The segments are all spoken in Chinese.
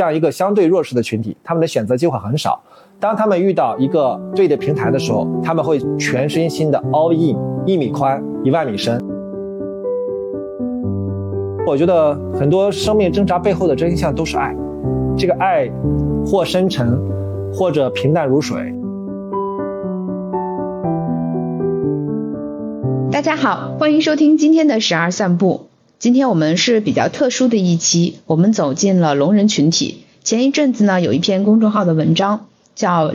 这样一个相对弱势的群体，他们的选择机会很少。当他们遇到一个对的平台的时候，他们会全身心的 all in， 1米宽1万米深。我觉得很多生命挣扎背后的真相都是爱，这个爱或深沉，或者平淡如水。 大家好，欢迎收听今天的12散步。今天我们是比较特殊的一期，我们走进了聋人群体。前一阵子呢，有一篇公众号的文章叫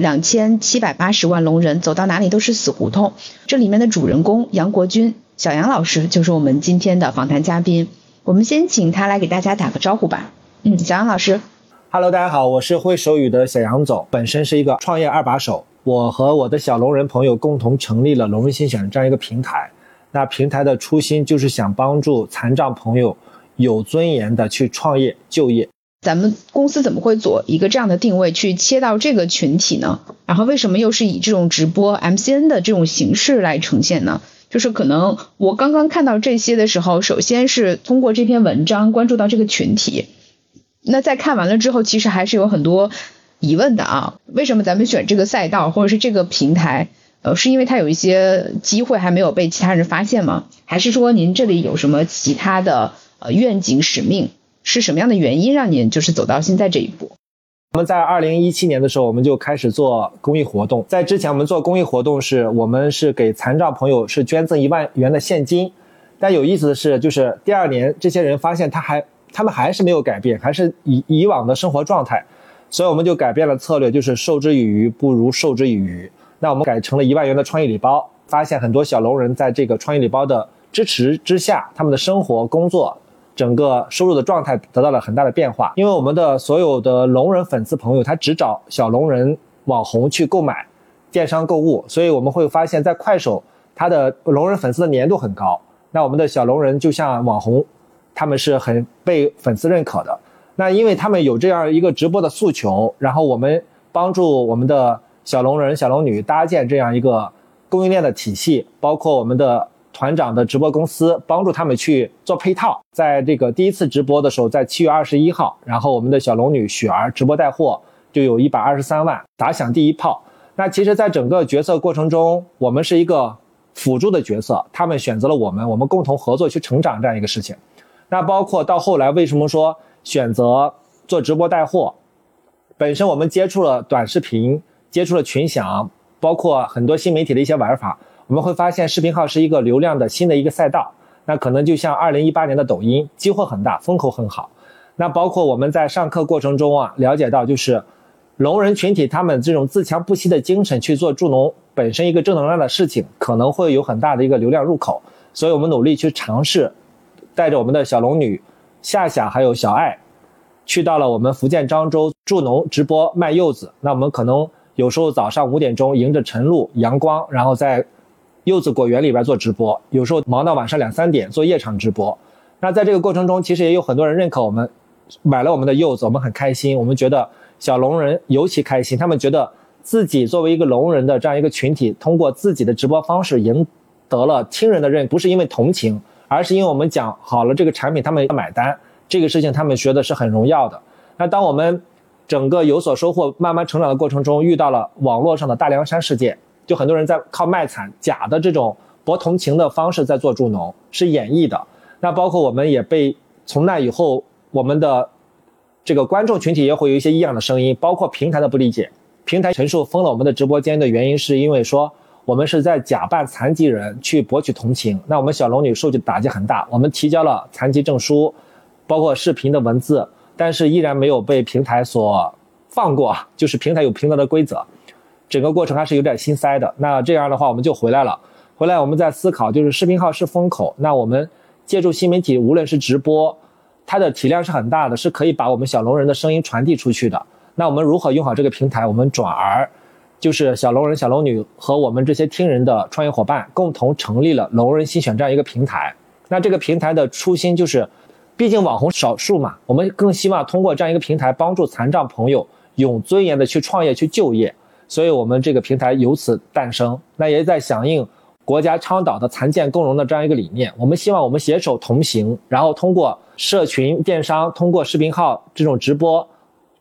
2780万聋人走到哪里都是死胡同，这里面的主人公杨国军小杨老师就是我们今天的访谈嘉宾。我们先请他来给大家打个招呼吧。小杨老师。 Hello， 大家好，我是会手语的小杨总，本身是一个创业2把手。我和我的小聋人朋友共同成立了聋人新选这样一个平台。那平台的初心就是想帮助残障朋友有尊严的去创业就业。 咱们公司怎么会做一个这样的定位去切到这个群体呢？然后为什么又是以这种直播 MCN 的这种形式来呈现呢？就是可能我刚刚看到这些的时候，首先是通过这篇文章关注到这个群体，那在看完了之后其实还是有很多疑问的啊。为什么咱们选这个赛道或者是这个平台？是因为它有一些机会还没有被其他人发现吗？还是说您这里有什么其他的愿景使命？是什么样的原因让您就是走到现在这一步？ 我们在2017年的时候，我们就开始做公益活动。在之前我们做公益活动我们是给残障朋友是捐赠1万元的现金。但有意思的是，就是第2年这些人发现他们还是没有改变，还是以往的生活状态，所以我们就改变了策略，就是授之以鱼不如授之以渔。那我们改成了1万元的创意礼包，发现很多小聋人在这个创意礼包的支持之下，他们的生活工作整个收入的状态得到了很大的变化。因为我们的所有的聋人粉丝朋友他只找小聋人网红去购买电商购物，所以我们会发现在快手他的聋人粉丝的粘度很高。那我们的小聋人就像网红，他们是很被粉丝认可的。那因为他们有这样一个直播的诉求，然后我们帮助我们的小聋人小聋女搭建这样一个供应链的体系，包括我们的团长的直播公司帮助他们去做配套。在这个第一次直播的时候，在7月21号，然后我们的小聋女雪儿直播带货就有123万打响第一炮。那其实在整个决策过程中，我们是一个辅助的角色，他们选择了我们共同合作去成长这样一个事情。那包括到后来为什么说选择做直播带货，本身我们接触了短视频，接触了群享，包括很多新媒体的一些玩法，我们会发现视频号是一个流量的新的一个赛道。那可能就像2018年的抖音，机会很大，风口很好。那包括我们在上课过程中了解到，就是聋人群体他们这种自强不息的精神去做助农本身一个正能量的事情，可能会有很大的一个流量入口。所以我们努力去尝试带着我们的小聋女夏夏还有小爱去到了我们福建漳州助农直播卖柚子。那我们可能有时候早上5点钟迎着晨露阳光，然后在柚子果园里边做直播，有时候忙到晚上2、3点做夜场直播。那在这个过程中其实也有很多人认可我们，买了我们的柚子，我们很开心。我们觉得小聋人尤其开心，他们觉得自己作为一个聋人的这样一个群体，通过自己的直播方式赢得了听人的认可，不是因为同情，而是因为我们讲好了这个产品他们要买单，这个事情他们觉得是很荣耀的。那当我们整个有所收获慢慢成长的过程中，遇到了网络上的大凉山事件，就很多人在靠卖惨假的这种博同情的方式在做助农，是演绎的。那包括我们也被从那以后，我们的这个观众群体也会有一些异样的声音，包括平台的不理解。平台陈述封了我们的直播间的原因是因为说我们是在假扮残疾人去博取同情。那我们小聋女受打击很大，我们提交了残疾证书，包括视频的文字，但是依然没有被平台所放过，就是平台有平台的规则，整个过程还是有点心塞的。那这样的话我们就回来了，我们在思考，就是视频号是风口，那我们借助新媒体，无论是直播，它的体量是很大的，是可以把我们小聋人的声音传递出去的。那我们如何用好这个平台，我们转而就是小聋人小聋女和我们这些听人的创业伙伴共同成立了聋人新选这样一个平台。那这个平台的初心就是毕竟网红少数嘛，我们更希望通过这样一个平台帮助残障朋友有尊严的去创业去就业，所以我们这个平台由此诞生。那也在响应国家倡导的残健共融的这样一个理念，我们希望我们携手同行，然后通过社群电商，通过视频号这种直播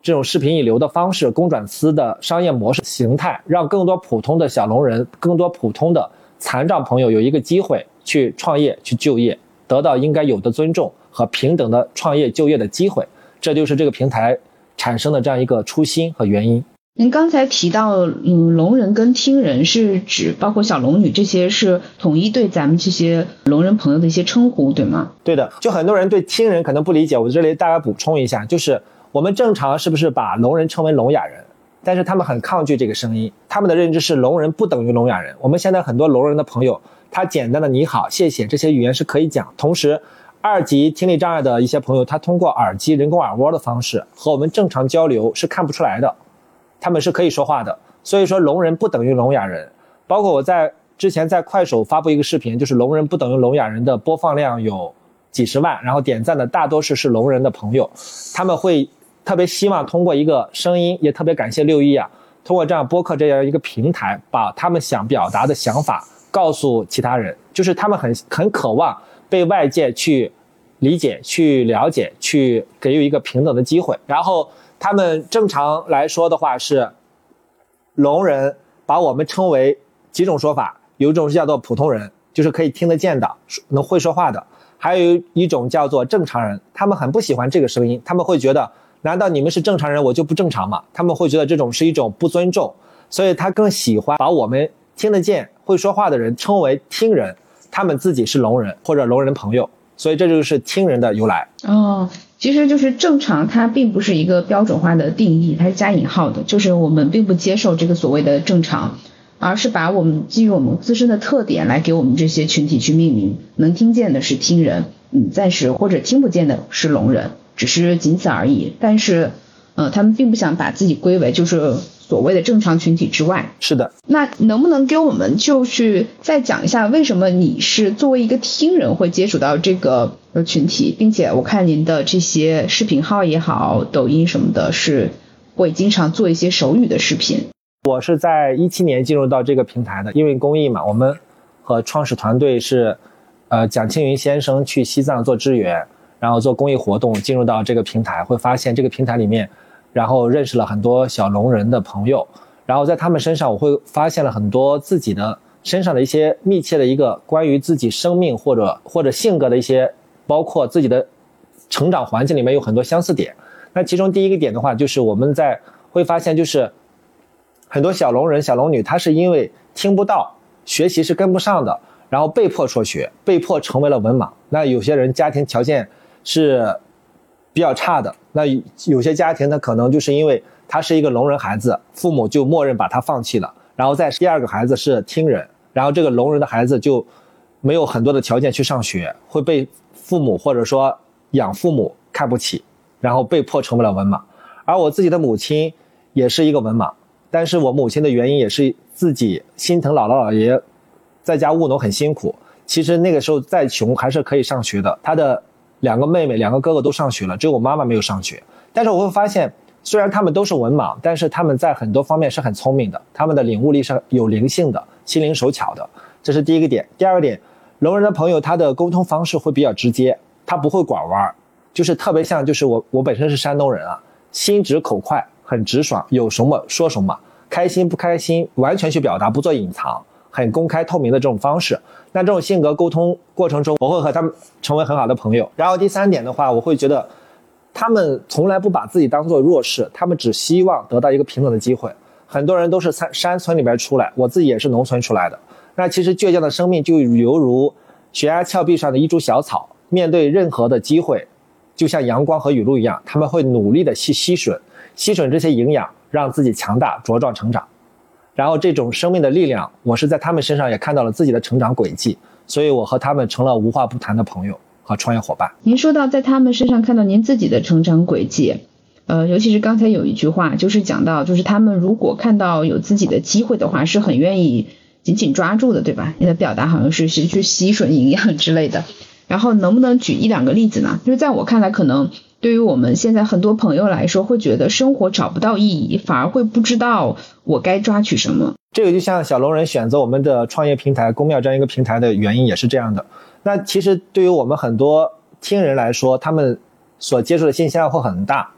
这种视频引流的方式、公转私的商业模式形态，让更多普通的小龙人、更多普通的残障朋友有一个机会去创业、去就业，得到应该有的尊重和平等的创业就业的机会。这就是这个平台产生的这样一个初心和原因。 您刚才提到聋人跟听人是指包括小龙女，这些是统一对咱们这些聋人朋友的一些称呼，对吗？ 对的，就很多人对听人可能不理解，我这里大概补充一下，就是我们正常是不是把聋人称为聋哑人，但是他们很抗拒这个声音，他们的认知是聋人不等于聋哑人。我们现在很多聋人的朋友，他简单的你好谢谢这些语言是可以讲，同时2级听力障碍的一些朋友，他通过耳机人工耳蜗的方式和我们正常交流是看不出来的，他们是可以说话的。所以说聋人不等于聋哑人。包括我之前在快手发布一个视频，就是聋人不等于聋哑人的播放量有几十万，然后点赞的大多是聋人的朋友，他们会特别希望通过一个声音，也特别感谢6·1啊，通过这样播客这样一个平台，把他们想表达的想法告诉其他人，就是他们很渴望被外界去理解、去了解、去给予一个平等的机会。然后他们正常来说的话是聋人，把我们称为几种说法，有一种是叫做普通人，就是可以听得见的，能会说话的，还有一种叫做正常人，他们很不喜欢这个声音，他们会觉得难道你们是正常人我就不正常吗？他们会觉得这种是一种不尊重，所以他更喜欢把我们听得见会说话的人称为听人，他们自己是聋人或者聋人朋友，所以这就是听人的由来。 其实就是正常它并不是一个标准化的定义，它是加引号的，就是我们并不接受这个所谓的正常，而是把我们基于我们自身的特点来给我们这些群体去命名，能听见的是听人，暂时或者听不见的是聋人，只是仅此而已。但是他们并不想把自己归为就是所谓的正常群体之外。 是的。 那能不能给我们就是再讲一下，为什么你是作为一个听人会接触到这个群体，并且我看您的这些视频号也好，抖音什么的，是会经常做一些手语的视频。 我是在17年进入到这个平台的，因为公益嘛，我们和创始团队是蒋庆云先生去西藏做支援，然后做公益活动，进入到这个平台，会发现这个平台里面，然后认识了很多小聋人的朋友，然后在他们身上我会发现了很多自己的身上的一些密切的一个关于自己生命或者性格的一些，包括自己的成长环境里面有很多相似点。那其中第一个点的话，就是我们会发现，就是很多小聋人小聋女，她是因为听不到，学习是跟不上的，然后被迫辍学，被迫成为了文盲。那有些人家庭条件是比较差的，那有些家庭他可能就是因为他是一个聋人孩子，父母就默认把他放弃了，然后再第二个孩子是听人，然后这个聋人的孩子就没有很多的条件去上学，会被父母或者说养父母看不起，然后被迫成为了文盲。而我自己的母亲也是一个文盲，但是我母亲的原因也是自己心疼姥姥姥爷在家务农很辛苦，其实那个时候再穷还是可以上学的，她的2个妹妹2个哥哥都上学了，只有我妈妈没有上学。但是我会发现，虽然他们都是文盲，但是他们在很多方面是很聪明的，他们的领悟力是有灵性的，心灵手巧的，这是第一个点。第二个点，聋人的朋友他的沟通方式会比较直接，他不会拐弯，就是特别像就是我本身是山东人啊，心直口快，很直爽，有什么说什么，开心不开心完全去表达，不做隐藏，很公开透明的这种方式。那这种性格沟通过程中，我会和他们成为很好的朋友。然后第三点的话，我会觉得他们从来不把自己当作弱势，他们只希望得到一个平等的机会。很多人都是山村里边出来，我自己也是农村出来的。那其实倔强的生命就犹如悬崖峭壁上的一株小草，面对任何的机会，就像阳光和雨露一样，他们会努力的去吸吮这些营养，让自己强大茁壮成长。然后这种生命的力量，我是在他们身上也看到了自己的成长轨迹，所以我和他们成了无话不谈的朋友和创业伙伴。 您说到在他们身上看到您自己的成长轨迹，尤其是刚才有一句话就是讲到，就是他们如果看到有自己的机会的话，是很愿意紧紧抓住的，对吧？你的表达好像是去吸吮营养之类的。然后能不能举1-2个例子呢？就是在我看来，可能对于我们现在很多朋友来说，会觉得生活找不到意义，反而会不知道我该抓取什么。 这个就像小聋人选择我们的创业平台公庙这样一个平台的原因也是这样的。那其实对于我们很多听人来说，他们所接触的信息量会很大，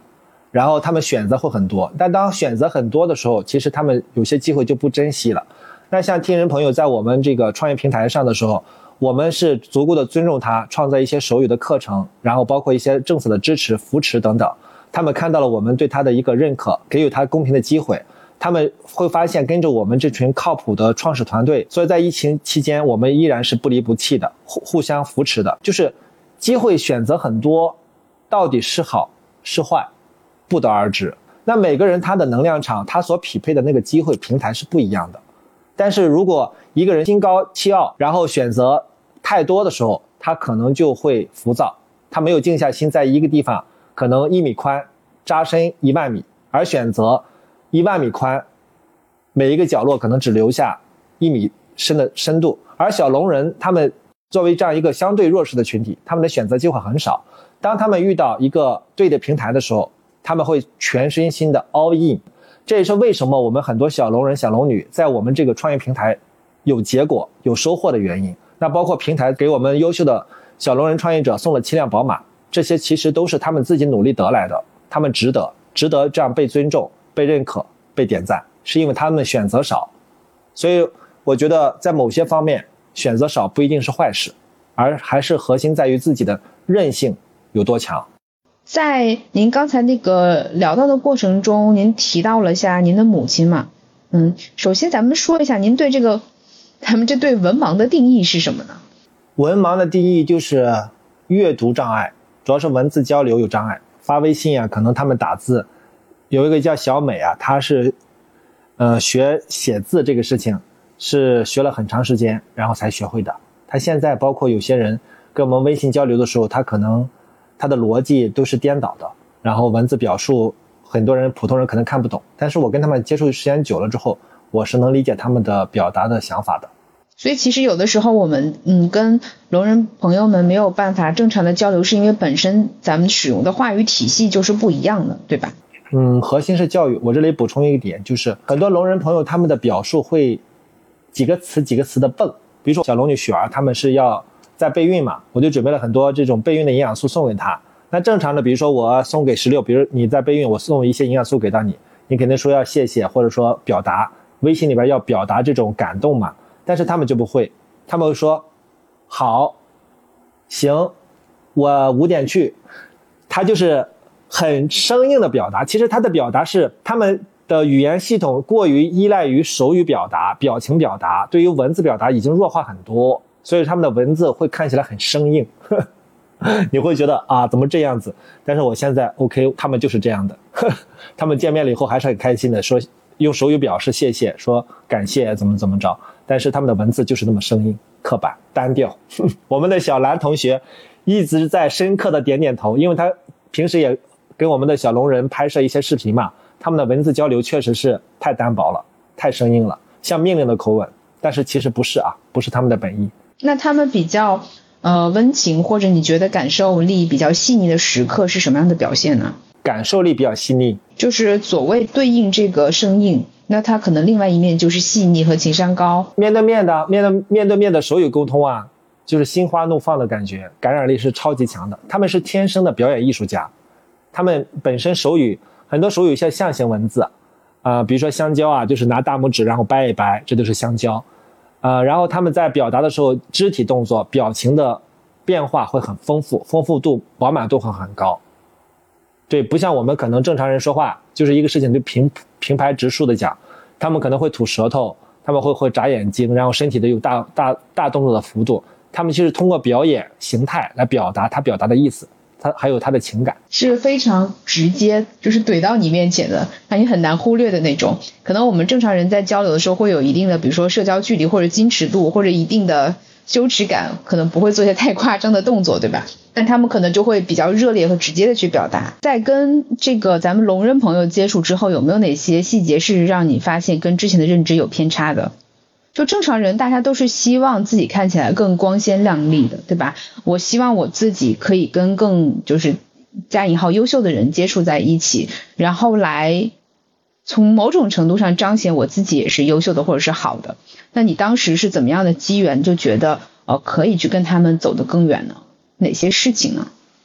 然后他们选择会很多，但当选择很多的时候，其实他们有些机会就不珍惜了。那像听人朋友在我们这个创业平台上的时候，我们是足够的尊重他，创造一些手语的课程，然后包括一些政策的支持、扶持等等。他们看到了我们对他的一个认可，给予他公平的机会。他们会发现跟着我们这群靠谱的创始团队，所以在疫情期间我们依然是不离不弃的，互相扶持的。就是机会选择很多，到底是好是坏不得而知。那每个人他的能量场，他所匹配的那个机会平台是不一样的。但是如果一个人心高气傲，然后选择太多的时候，他可能就会浮躁，他没有静下心在一个地方，可能1米宽扎深1万米，而选择1万米宽，每一个角落可能只留下1米深的深度。而小龙人他们作为这样一个相对弱势的群体，他们的选择机会很少。当他们遇到一个对的平台的时候，他们会全身心的 all in。 这也是为什么我们很多小龙人小龙女在我们这个创业平台有结果有收获的原因。那包括平台给我们优秀的小龙人创业者送了7辆宝马，这些其实都是他们自己努力得来的，他们值得这样被尊重、被认可、被点赞，是因为他们选择少。所以我觉得在某些方面选择少不一定是坏事，而还是核心在于自己的韧性有多强。 在您刚才那个聊到的过程中，您提到了一下您的母亲嘛，首先咱们说一下您对咱们这对文盲的定义是什么呢？ 文盲的定义就是阅读障碍，主要是文字交流有障碍。发微信啊，可能他们打字，有一个叫小美啊，她是学写字这个事情是学了很长时间然后才学会的。她现在包括有些人跟我们微信交流的时候，她可能他的逻辑都是颠倒的，然后文字表述很多人普通人可能看不懂，但是我跟他们接触时间久了之后，我是能理解他们的表达的想法的。 所以其实有的时候我们跟聋人朋友们没有办法正常的交流，是因为本身咱们使用的话语体系就是不一样的，对吧？ 核心是教育。我这里补充一个点，就是很多聋人朋友他们的表述会几个词的蹦，比如说小龙女雪儿他们是要在备孕嘛，我就准备了很多这种备孕的营养素送给他。那正常的比如说我送给16，比如你在备孕，我送一些营养素给到你，你肯定说要谢谢，或者说表达，微信里边要表达这种感动嘛。但是他们就不会，他们会说好行我5点去。他就是很生硬的表达。其实他的表达是他们的语言系统过于依赖于手语表达、表情表达，对于文字表达已经弱化很多，所以他们的文字会看起来很生硬你会觉得啊怎么这样子，但是我现在 OK， 他们就是这样的他们见面了以后还是很开心的，说用手语表示谢谢，说感谢怎么着，但是他们的文字就是那么生硬、刻板、单调我们的小兰同学一直在深刻的点点头，因为他平时也跟我们的小龙人拍摄一些视频嘛，他们的文字交流确实是太单薄了，太生硬了，像命令的口吻，但是其实不是啊，不是他们的本意。 那他们比较温情，或者你觉得感受力比较细腻的时刻是什么样的表现呢？ 感受力比较细腻， 就是所谓对应这个生硬，那它可能另外一面就是细腻和情商高。 面对面的手语沟通啊，就是心花怒放的感觉，感染力是超级强的。他们是天生的表演艺术家，他们本身手语很多手语像象形文字比如说香蕉啊，就是拿大拇指然后掰一掰，这就是香蕉然后他们在表达的时候，肢体动作表情的变化会很丰富度饱满度会很高。对，不像我们可能正常人说话就是一个事情就平排直述的讲，他们可能会吐舌头，他们会眨眼睛，然后身体的有大动作的幅度，他们其实通过表演形态来表达他表达的意思，他还有他的情感， 是非常直接，就是怼到你面前的，让你很难忽略的那种。可能我们正常人在交流的时候会有一定的比如说社交距离或者矜持度或者一定的羞耻感，可能不会做些太夸张的动作，对吧？但他们可能就会比较热烈和直接的去表达。在跟这个咱们聋人朋友接触之后，有没有哪些细节是让你发现跟之前的认知有偏差的？就正常人大家都是希望自己看起来更光鲜亮丽的，对吧？我希望我自己可以跟更就是加引号优秀的人接触在一起，然后来从某种程度上彰显我自己也是优秀的或者是好的。那你当时是怎么样的机缘就觉得可以去跟他们走得更远呢？哪些事情呢？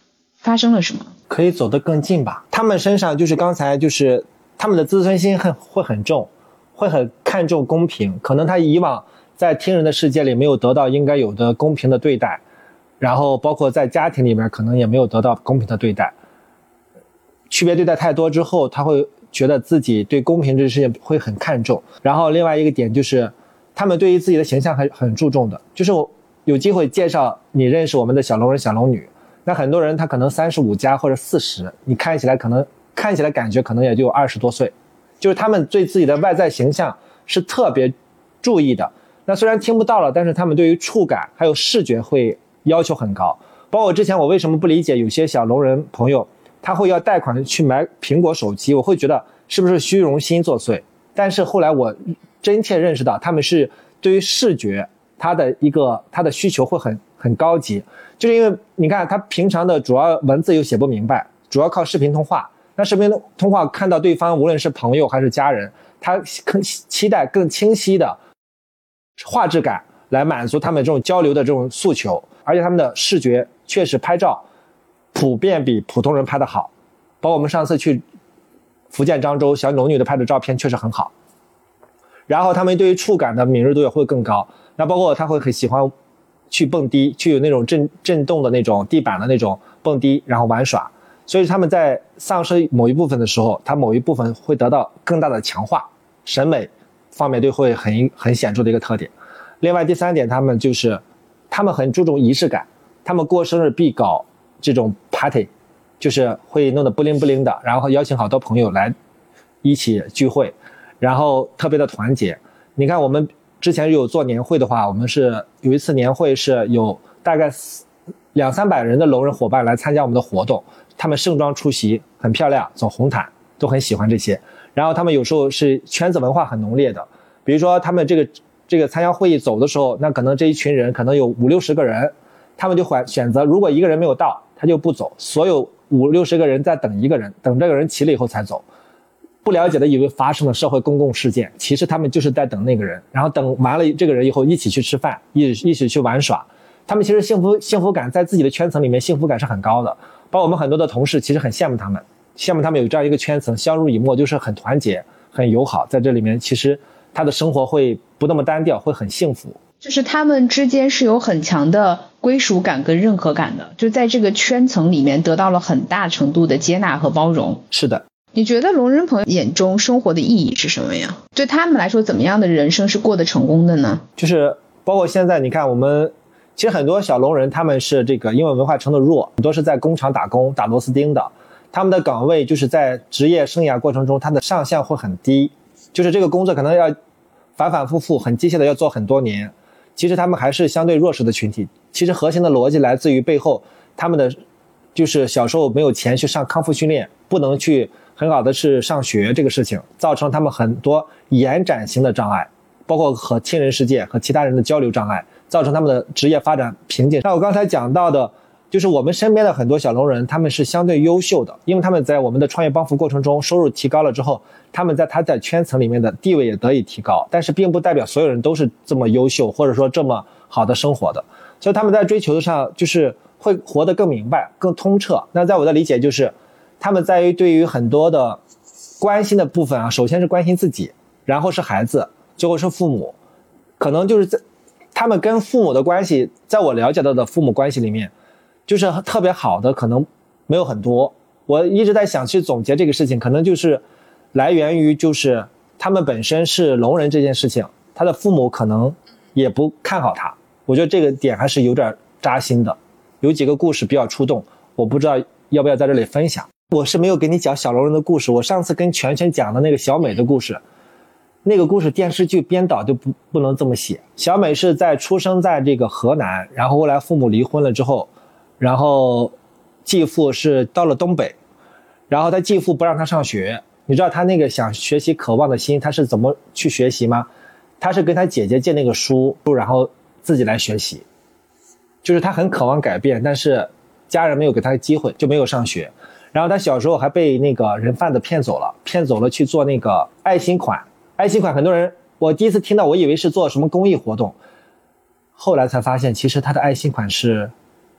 发生了什么？ 可以走得更近吧。他们身上就是刚才就是他们的自尊心会很重，会很看重公平，可能他以往在听人的世界里没有得到应该有的公平的对待，然后包括在家庭里面可能也没有得到公平的对待，区别对待太多之后，他会觉得自己对公平这事情会很看重。然后另外一个点就是他们对于自己的形象很注重的，就是我有机会介绍你认识我们的小龙人小龙女，那很多人他可能35加或者40，你看起来感觉可能也就20多岁，就是他们对自己的外在形象是特别注意的。那虽然听不到了，但是他们对于触感还有视觉会要求很高。包括之前我为什么不理解有些小龙人朋友他会要贷款去买苹果手机，我会觉得是不是虚荣心作祟。但是后来我真切认识到他们是对于视觉他的需求会很高级，就是因为你看他平常的主要文字又写不明白，主要靠视频通话。那视频通话看到对方无论是朋友还是家人，他更期待更清晰的画质感来满足他们这种交流的这种诉求。而且他们的视觉确实拍照普遍比普通人拍的好，包括我们上次去福建漳州小龙女的拍的照片确实很好。然后他们对于触感的敏锐度也会更高，那包括他会很喜欢去蹦迪，去有那种震动的那种地板的那种蹦迪，然后玩耍。所以他们在丧失某一部分的时候，他某一部分会得到更大的强化，审美方面对会很显著的一个特点。另外第三点，他们很注重仪式感，他们过生日必搞这种 party， 就是会弄得不灵不灵的，然后邀请好多朋友来一起聚会，然后特别的团结。你看我们之前有做年会的话，我们是有一次年会是有大概200-300人的龙人伙伴来参加我们的活动，他们盛装出席，很漂亮，走红毯，都很喜欢这些。然后他们有时候是圈子文化很浓烈的，比如说他们这个参加会议走的时候，那可能这一群人可能有50-60个人，他们就选择如果一个人没有到他就不走，所有50-60个人在等一个人，等这个人齐了以后才走。不了解的以为发生了社会公共事件，其实他们就是在等那个人，然后等完了这个人以后一起去吃饭，一起去玩耍。他们其实幸福感在自己的圈层里面幸福感是很高的，包括我们很多的同事其实很羡慕他们有这样一个圈层，相濡以沫，就是很团结很友好，在这里面其实他的生活会不那么单调，会很幸福。 就是他们之间是有很强的归属感跟认可感的，就在这个圈层里面得到了很大程度的接纳和包容。 是的。 你觉得龙人朋友眼中生活的意义是什么呀？对他们来说怎么样的人生是过得成功的呢？ 就是包括现在你看我们其实很多小龙人他们是这个因为文化程度弱，很多是在工厂打工打螺丝钉的，他们的岗位就是在职业生涯过程中他的上限会很低，就是这个工作可能要反反复复很机械的要做很多年，其实他们还是相对弱势的群体。其实核心的逻辑来自于背后他们的就是小时候没有钱去上康复训练，不能去很好的是上学，这个事情造成他们很多延展型的障碍，包括和亲人世界和其他人的交流障碍，造成他们的职业发展瓶颈。那我刚才讲到的就是我们身边的很多小龙人他们是相对优秀的，因为他们在我们的创业帮扶过程中收入提高了之后，他在圈层里面的地位也得以提高，但是并不代表所有人都是这么优秀或者说这么好的生活的，所以他们在追求上就是会活得更明白更通彻。那在我的理解就是他们在于对于很多的关心的部分啊，首先是关心自己，然后是孩子，最后是父母。可能就是他们跟父母的关系，在我了解到的父母关系里面，就是特别好的可能没有很多。我一直在想去总结这个事情，可能就是来源于就是他们本身是龙人这件事情，他的父母可能也不看好他。我觉得这个点还是有点扎心的，有几个故事比较触动，我不知道要不要在这里分享。我是没有给你讲小龙人的故事，我上次跟全讲的那个小美的故事，那个故事电视剧编导就不能这么写。小美是出生在这个河南，然后后来父母离婚了之后，然后继父是到了东北，然后他继父不让他上学。你知道他那个想学习渴望的心他是怎么去学习吗？他是跟他姐姐借那个书，然后自己来学习。就是他很渴望改变，但是家人没有给他机会，就没有上学。然后他小时候还被那个人贩子骗走了去做那个爱心款。爱心款很多人，我第一次听到我以为是做什么公益活动，后来才发现其实他的爱心款是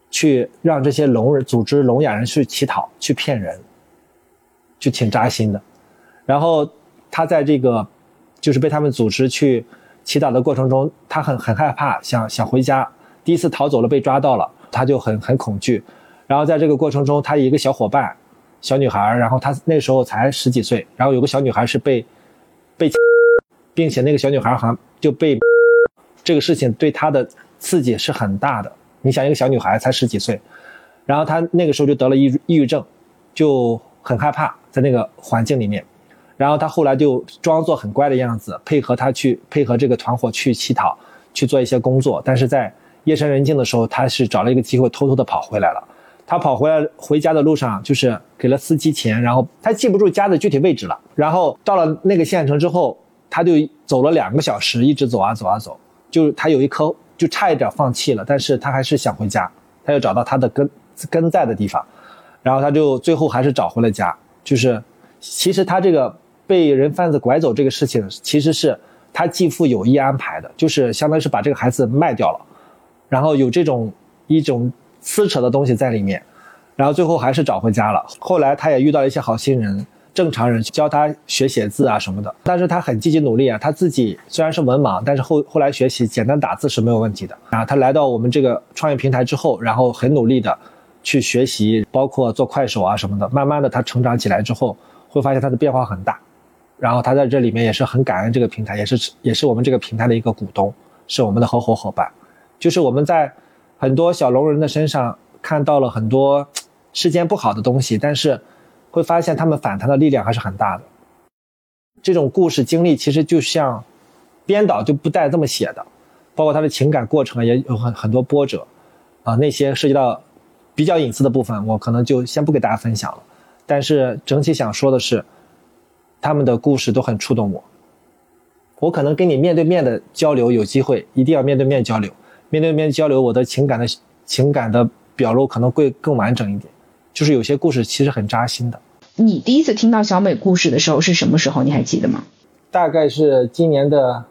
去让这些聋人组织聋哑人去乞讨，去骗人，就挺扎心的。然后他在这个就是被他们组织去乞讨的过程中，他很害怕，想回家。第一次逃走了，被抓到了，他就很恐惧。然后在这个过程中，他有一个小伙伴，小女孩，然后他那时候才10几岁，然后有个小女孩是被并且那个小女孩好像就被这个事情对他的刺激是很大的。你想一个小女孩才10几岁，然后她那个时候就得了抑郁症，就很害怕在那个环境里面。然后她后来就装作很乖的样子，配合这个团伙去乞讨，去做一些工作。但是在夜深人静的时候，她是找了一个机会偷偷的跑回来了。她跑回家的路上，就是给了司机钱，然后她记不住家的具体位置了。然后到了那个县城之后，她就走了2个小时，一直走啊走啊走，就是她有一颗就差一点放弃了，但是她还是想回家，她又找到她的根在的地方，然后她就最后还是找回了家。就是其实她这个被人贩子拐走这个事情，其实是她继父有意安排的，就是相当于是把这个孩子卖掉了，然后有一种撕扯的东西在里面，然后最后还是找回家了。后来她也遇到了一些好心人，正常人教他学写字啊什么的，但是他很积极努力啊，他自己虽然是文盲，但是后来学习简单打字是没有问题的啊。他来到我们这个创业平台之后，然后很努力的去学习，包括做快手啊什么的，慢慢的他成长起来之后，会发现他的变化很大。然后他在这里面也是很感恩这个平台，也是我们这个平台的一个股东，是我们的合伙伙伴。就是我们在很多小聋人的身上看到了很多世间不好的东西，但是会发现他们反弹的力量还是很大的。这种故事经历其实就像编导就不带这么写的，包括他的情感过程也有很多波折啊，那些涉及到比较隐私的部分我可能就先不给大家分享了。但是整体想说的是，他们的故事都很触动我。我可能跟你面对面的交流，有机会一定要面对面交流，面对面交流我的情感的表露可能会更完整一点。就是有些故事其实很扎心的。 你第一次听到小美故事的时候是什么时候？你还记得吗？ 大概是今年的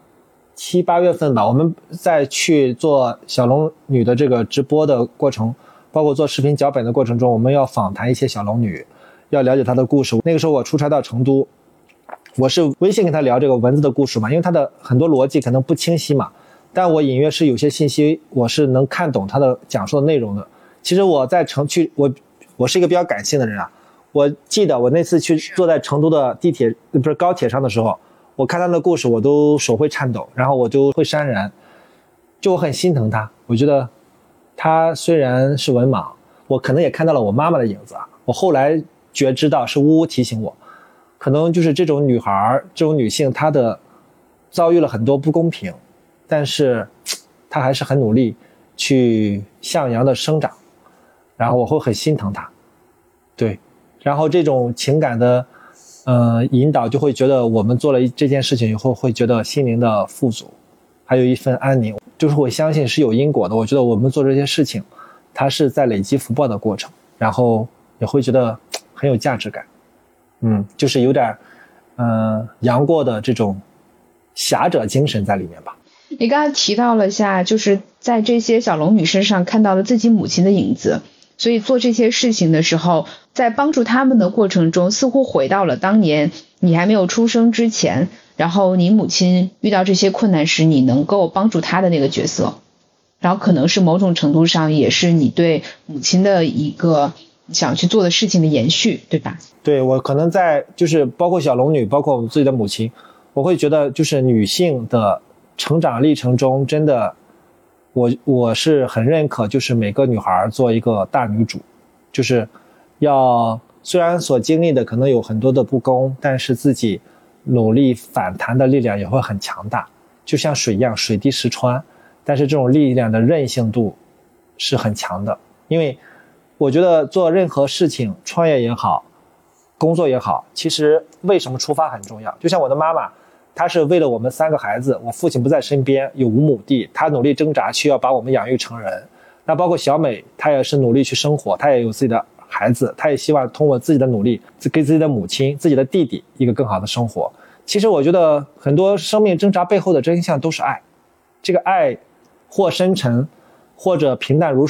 7、8月份吧。我们在去做小龙女的这个直播的过程，包括做视频脚本的过程中，我们要访谈一些小龙女，要了解她的故事。那个时候我出差到成都，我是微信跟她聊这个文字的故事嘛，因为她的很多逻辑可能不清晰嘛，但我隐约是有些信息我是能看懂她的讲述的内容的。其实我在我是一个比较感性的人啊，我记得我那次去坐在成都的高铁上的时候，我看他的故事我都手会颤抖，然后我就会潸然，就我很心疼他。我觉得他虽然是文盲，我可能也看到了我妈妈的影子啊。我后来觉知到是呜提醒我，可能就是这种女孩这种女性她的遭遇了很多不公平，但是她还是很努力去向阳的生长，然后我会很心疼她。对，然后这种情感的引导，就会觉得我们做了这件事情以后会觉得心灵的富足，还有一份安宁，就是我相信是有因果的。我觉得我们做这些事情它是在累积福报的过程，然后也会觉得很有价值感。就是有点杨过的这种侠者精神在里面吧。 你刚才提到了一下，就是在这些小龙女身上看到了自己母亲的影子，所以做这些事情的时候，在帮助他们的过程中，似乎回到了当年你还没有出生之前，然后你母亲遇到这些困难时，你能够帮助她的那个角色，然后可能是某种程度上也是你对母亲的一个想去做的事情的延续，对吧？ 对，我可能在就是包括小龙女，包括我们自己的母亲，我会觉得就是女性的成长历程中，真的我是很认可，就是每个女孩做一个大女主，就是要虽然所经历的可能有很多的不公，但是自己努力反弹的力量也会很强大，就像水一样，水滴石穿。但是这种力量的韧性度是很强的。因为我觉得做任何事情，创业也好，工作也好，其实为什么出发很重要。就像我的妈妈，她是为了我们3个孩子，我父亲不在身边，有5亩地，她努力挣扎，需要把我们养育成人。那包括小美，她也是努力去生活，她也有自己的孩子，她也希望通过自己的努力给自己的母亲、自己的弟弟一个更好的生活。其实我觉得很多生命挣扎背后的真相都是爱，这个爱或深沉或者平淡如水，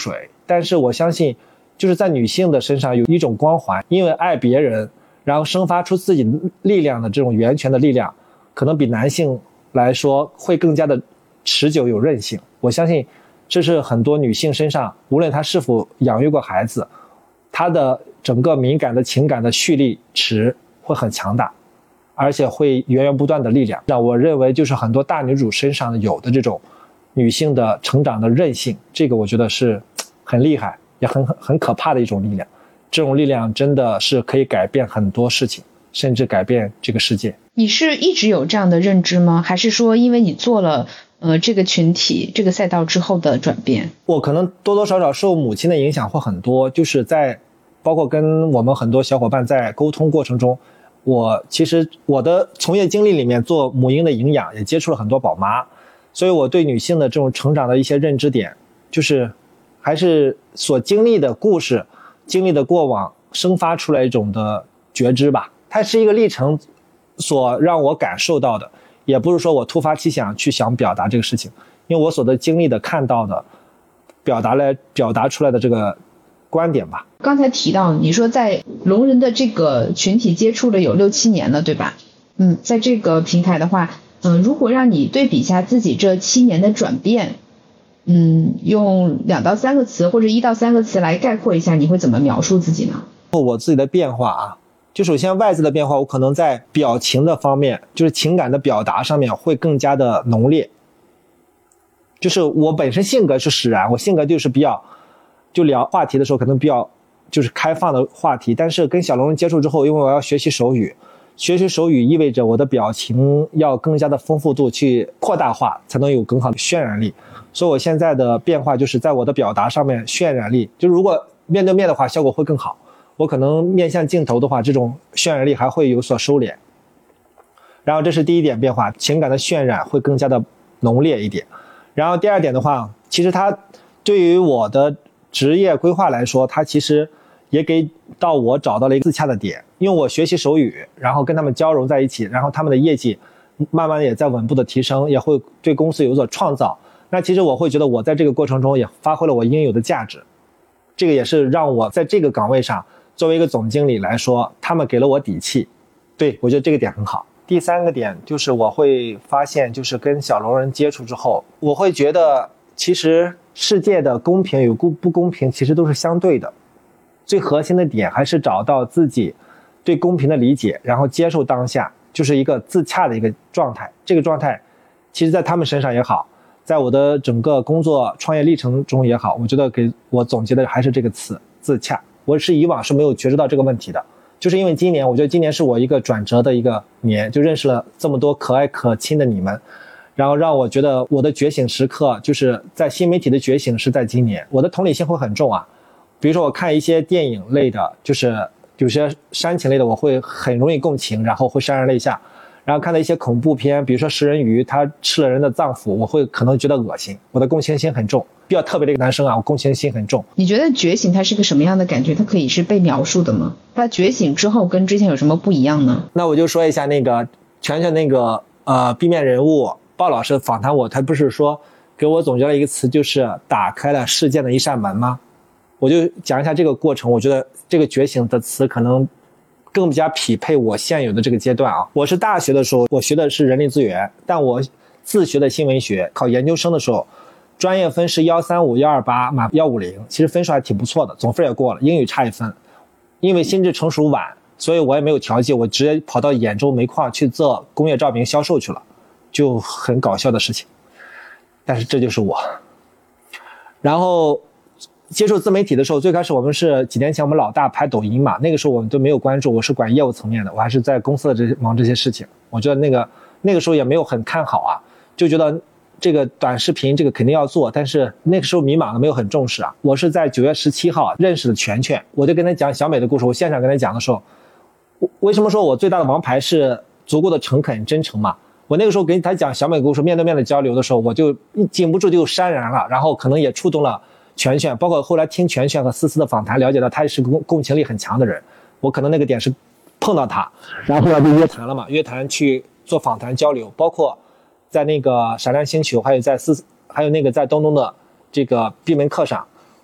但是我相信就是在女性的身上有一种光环，因为爱别人然后生发出自己力量的这种源泉的力量，可能比男性来说会更加的持久有韧性。我相信这是很多女性身上，无论她是否养育过孩子，她的整个敏感的情感的蓄力池会很强大，而且会源源不断的力量。让我认为就是很多大女主身上有的这种女性的成长的韧性，这个我觉得是很厉害也很可怕的一种力量。这种力量真的是可以改变很多事情，甚至改变这个世界。 你是一直有这样的认知吗？还是说因为你做了这个群体这个赛道之后的转变？ 我可能多多少少受母亲的影响会很多，就是在包括跟我们很多小伙伴在沟通过程中，其实我的从业经历里面做母婴的营养也接触了很多宝妈，所以我对女性的这种成长的一些认知点，就是还是所经历的故事经历的过往生发出来一种的觉知吧。它是一个历程所让我感受到的，也不是说我突发奇想去想表达这个事情，因为我所的经历的看到的表达出来的这个观点吧。 刚才提到你说在聋人的这个群体接触了有6-7年了，对吧？在这个平台的话，如果让你对比一下自己这7年的转变，用2到3个词或者1到3个词来概括一下，你会怎么描述自己呢？ 我自己的变化啊，就首先外在的变化，我可能在表情的方面，就是情感的表达上面会更加的浓烈。就是我本身性格是使然，我性格就是比较，就聊话题的时候可能比较就是开放的话题，但是跟小聋人接触之后，因为我要学习手语，学习手语意味着我的表情要更加的丰富度去扩大化，才能有更好的渲染力。所以我现在的变化就是在我的表达上面渲染力，就如果面对面的话效果会更好，我可能面向镜头的话这种渲染力还会有所收敛。然后这是第一点变化，情感的渲染会更加的浓烈一点。然后第二点的话，其实它对于我的职业规划来说，它其实也给到我找到了一个自洽的点。因为我学习手语，然后跟他们交融在一起，然后他们的业绩慢慢的也在稳步的提升，也会对公司有所创造。那其实我会觉得我在这个过程中也发挥了我应有的价值，这个也是让我在这个岗位上作为一个总经理来说，他们给了我底气。对，我觉得这个点很好。第3个点就是我会发现，就是跟小聋人接触之后，我会觉得其实世界的公平与不公平其实都是相对的，最核心的点还是找到自己对公平的理解，然后接受当下，就是一个自洽的一个状态。这个状态其实在他们身上也好，在我的整个工作创业历程中也好，我觉得给我总结的还是这个词，自洽。我是以往是没有觉知到这个问题的，就是因为今年，我觉得今年是我一个转折的一个年，就认识了这么多可爱可亲的你们，然后让我觉得我的觉醒时刻，就是在新媒体的觉醒是在今年。我的同理心会很重啊，比如说我看一些电影类的，就是有些煽情类的，我会很容易共情，然后会潸然泪下。然后看到一些恐怖片，比如说食人鱼，他吃了人的脏腑，我会可能觉得恶心，我的共情心很重。比较特别的一个男生啊，我共情心很重。 你觉得觉醒它是个什么样的感觉？它可以是被描述的吗？它觉醒之后跟之前有什么不一样呢？ 那我就说一下那个全全那个闭面人物鲍老师访谈我，他不是说给我总结了一个词，就是打开了世界的一扇门吗？我就讲一下这个过程。我觉得这个觉醒的词可能更比较匹配我现有的这个阶段啊。我是大学的时候，我学的是人力资源，但我自学的新闻学，考研究生的时候，专业分是135、128满150，其实分数还挺不错的，总分也过了，英语差1分。因为心智成熟晚，所以我也没有调剂，我直接跑到兖州煤矿去做工业照明销售去了，就很搞笑的事情。但是这就是我。然后接触自媒体的时候，最开始我们是几年前我们老大拍抖音嘛，那个时候我们都没有关注，我是管业务层面的，我还是在公司的忙这些事情。我觉得那个时候也没有很看好啊，就觉得这个短视频这个肯定要做，但是那个时候迷茫的没有很重视啊。我是在9月17号认识的全全，我就跟他讲小美的故事。我现场跟他讲的时候，为什么说我最大的王牌是足够的诚恳真诚嘛？我那个时候给他讲小美的故事，面对面的交流的时候，我就禁不住就潸然了，然后可能也触动了全全，包括后来听全全和思思的访谈，了解到他也是共情力很强的人。我可能那个点是碰到他，然后后来就约谈了嘛，约谈去做访谈交流，包括在那个闪亮星球，还有那个在东东的这个闭门课上，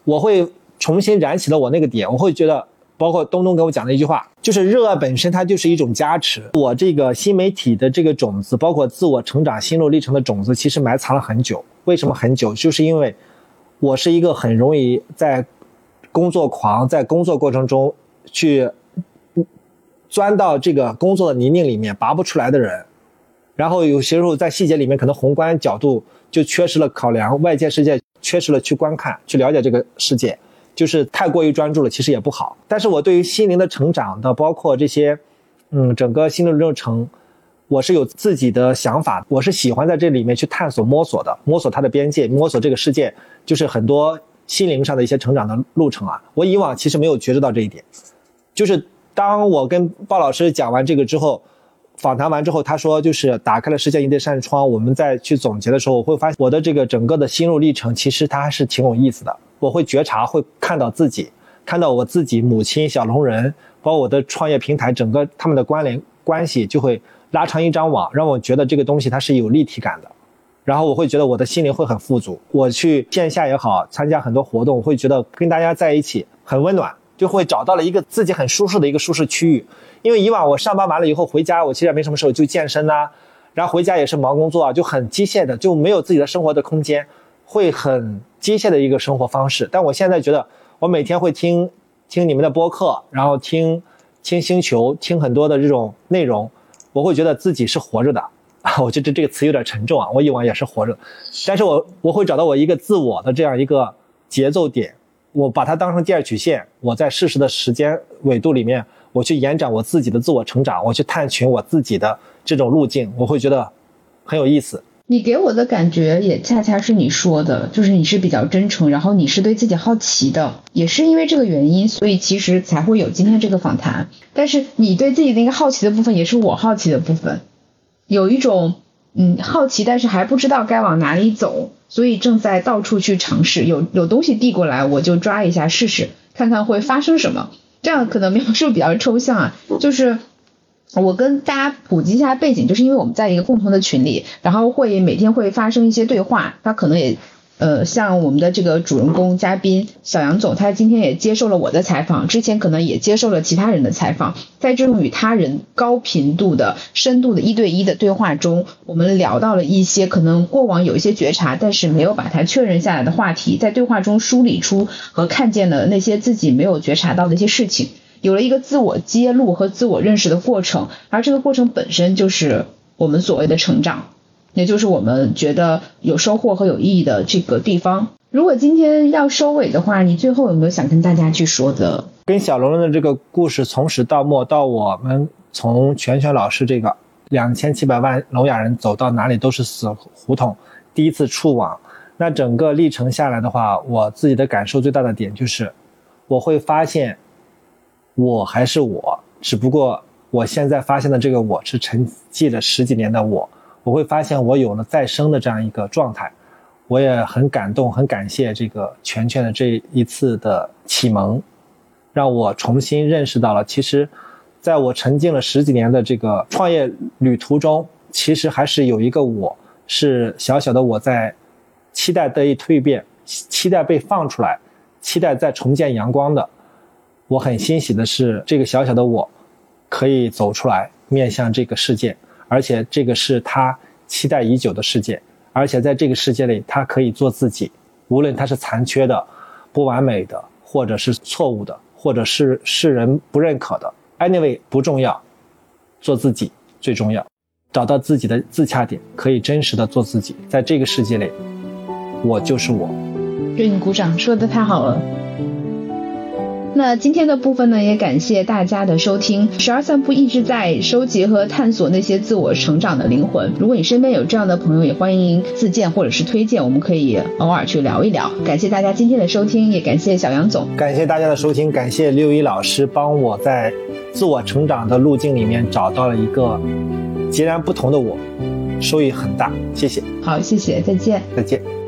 我会重新燃起了我那个点，我会觉得包括东东给我讲的一句话，就是热爱本身它就是一种加持。我这个新媒体的这个种子，包括自我成长心路历程的种子，其实埋藏了很久。为什么很久？就是因为我是一个很容易在工作狂，在工作过程中去钻到这个工作的泥泞里面拔不出来的人，然后有些时候在细节里面可能宏观角度就缺失了考量，外界世界缺失了去观看去了解这个世界，就是太过于专注了，其实也不好。但是我对于心灵的成长的包括这些整个心路历程，我是有自己的想法，我是喜欢在这里面去探索摸索的，摸索它的边界，摸索这个世界，就是很多心灵上的一些成长的路程啊。我以往其实没有觉知到这一点，就是当我跟鲍老师讲完这个之后，访谈完之后，他说就是打开了世界一对扇窗，我们再去总结的时候，我会发现我的这个整个的心路历程其实它还是挺有意思的。我会觉察，会看到自己，看到我自己母亲小龙人，包括我的创业平台，整个他们的关系就会拉长一张网，让我觉得这个东西它是有立体感的。然后我会觉得我的心灵会很富足，我去线下也好，参加很多活动，我会觉得跟大家在一起很温暖，就会找到了一个自己很舒适的一个舒适区域。因为以往我上班完了以后回家，我其实也没什么事，就健身啊，然后回家也是忙工作啊，就很机械的，就没有自己的生活的空间，会很机械的一个生活方式。但我现在觉得我每天会听你们的播客，然后听星球，听很多的这种内容，我会觉得自己是活着的啊。我觉得这个词有点沉重啊，我以往也是活着，但是我会找到我一个自我的这样一个节奏点，我把它当成第二曲线，我在适时的时间纬度里面，我去延展我自己的自我成长，我去探寻我自己的这种路径，我会觉得很有意思。 你给我的感觉也恰恰是你说的，就是你是比较真诚，然后你是对自己好奇的，也是因为这个原因，所以其实才会有今天这个访谈。但是你对自己那个好奇的部分，也是我好奇的部分，有一种好奇，但是还不知道该往哪里走，所以正在到处去尝试，有东西递过来，我就抓一下试试，看看会发生什么。这样可能描述比较抽象啊，就是我跟大家普及一下背景，就是因为我们在一个共同的群里，然后每天会发生一些对话，他可能也像我们的这个主人公嘉宾小杨总，他今天也接受了我的采访，之前可能也接受了其他人的采访，在这种与他人高频度的深度的1对1的对话中，我们聊到了一些可能过往有一些觉察，但是没有把它确认下来的话题，在对话中梳理出和看见了那些自己没有觉察到的一些事情，有了一个自我揭露和自我认识的过程，而这个过程本身就是我们所谓的成长，也就是我们觉得有收获和有意义的这个地方。如果今天要收尾的话，你最后有没有想跟大家去说的？ 跟小龙人的这个故事从始到末，到我们从全老师这个2700万聋哑人走到哪里都是死胡同，第一次触网，那整个历程下来的话，我自己的感受最大的点就是我会发现我还是我，只不过我现在发现的这个我是沉寂了10几年的我会发现我有了再生的这样一个状态。我也很感动，很感谢这个全的这一次的启蒙，让我重新认识到了，其实在我沉浸了10几年的这个创业旅途中，其实还是有一个我，是小小的我在期待得以蜕变，期待被放出来，期待再重见阳光的。我很欣喜的是，这个小小的我可以走出来，面向这个世界，而且这个是他期待已久的世界，而且在这个世界里他可以做自己，无论他是残缺的、不完美的，或者是错误的，或者是世人不认可的， anyway 不重要，做自己最重要，找到自己的自洽点，可以真实的做自己，在这个世界里我就是我。 给你鼓掌，说得太好了。那今天的部分呢，也感谢大家的收听。12散步一直在收集和探索那些自我成长的灵魂，如果你身边有这样的朋友，也欢迎自荐或者是推荐，我们可以偶尔去聊一聊。感谢大家今天的收听，也感谢小杨总， 感谢大家的收听，感谢刘一老师帮我在自我成长的路径里面找到了一个截然不同的我，收益很大，谢谢。 好，谢谢，再见。 再见。